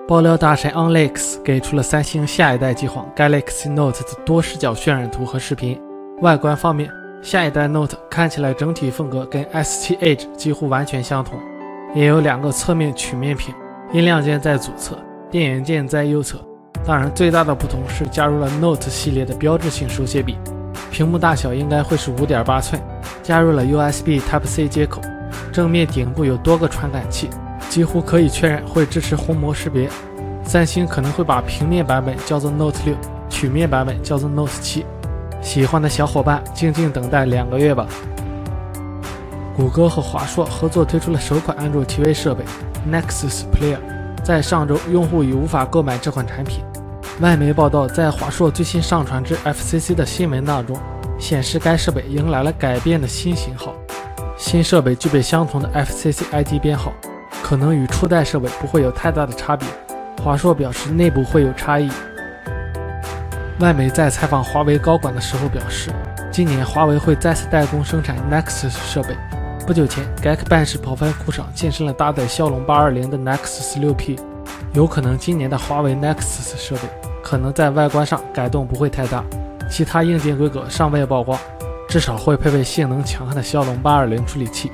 爆料大神 OnLeaks 给出了三星下一代机皇 Galaxy Note 的多视角渲染图和视频。外观方面，下一代 Note 看起来整体风格跟 S7 Edge 几乎完全相同，也有2个侧面曲面屏，音量键在左侧，电源键在右侧。当然，最大的不同是加入了 Note 系列的标志性手写笔，屏幕大小应该会是 5.8 寸，加入了 USB Type-C 接口，正面顶部有多个传感器，几乎可以确认会支持虹膜识别。三星可能会把平面版本叫做 Note 6，曲面版本叫做 Note 7。喜欢的小伙伴静静等待2个月吧。谷歌和华硕合作推出了首款安卓 TV 设备 Nexus Player， 在上周用户已无法购买这款产品。外媒报道，在华硕最新上传至 FCC 的新闻当中，显示该设备迎来了改变的新型号。新设备具备相同的 FCC ID 编号，可能与初代设备不会有太大的差别。华硕表示内部会有差异。外媒在采访华为高管的时候表示，今年华为会再次代工生产 Nexus 设备。不久前 GAC 办事跑分库上现身了搭载骁龙820的 Nexus 6P， 有可能今年的华为 Nexus 设备可能在外观上改动不会太大，其他硬件规格尚未曝光，至少会配备性能强悍的骁龙820处理器。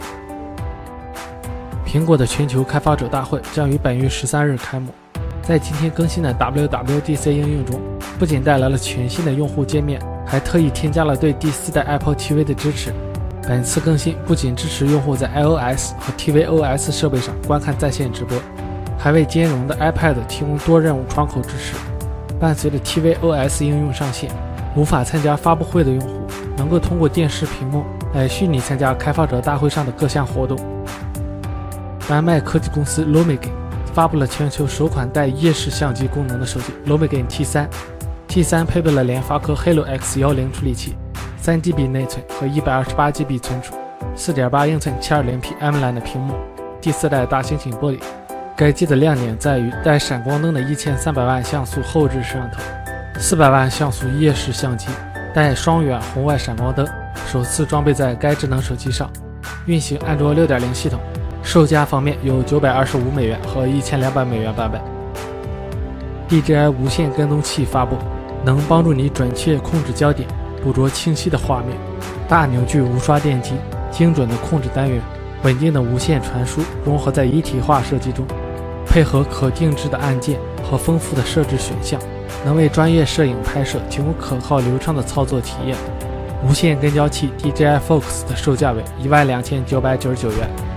苹果的全球开发者大会将于本月13日开幕。在今天更新的 WWDC 应用中，不仅带来了全新的用户界面，还特意添加了对第4代 Apple TV 的支持。本次更新不仅支持用户在 iOS 和 tvOS 设备上观看在线直播，还为兼容的 iPad 提供多任务窗口支持。伴随着 tvOS 应用上线，无法参加发布会的用户能够通过电视屏幕来虚拟参加开发者大会上的各项活动。丹麦科技公司 Lomegen发布了全球首款带夜视相机功能的手机 Lomegen T3。T3 配备了联发科 Helio X10 处理器，3GB 内存和 128GB 存储，4.8英寸 720P AMOLED 屏幕，第4代大猩猩玻璃。该机的亮点在于带闪光灯的1300万像素后置摄像头，400万像素夜视相机，带双远红外闪光灯，首次装备在该智能手机上，运行安卓 6.0 系统。售价方面有925美元和1200美元版本。DJI 无线跟踪器发布，能帮助你准确控制焦点，捕捉清晰的画面。大扭矩无刷电机，精准的控制单元，稳定的无线传输融合在一体化设计中，配合可定制的按键和丰富的设置选项，能为专业摄影拍摄提供可靠流畅的操作体验。无线跟焦器 DJI Focus 的售价为12999元。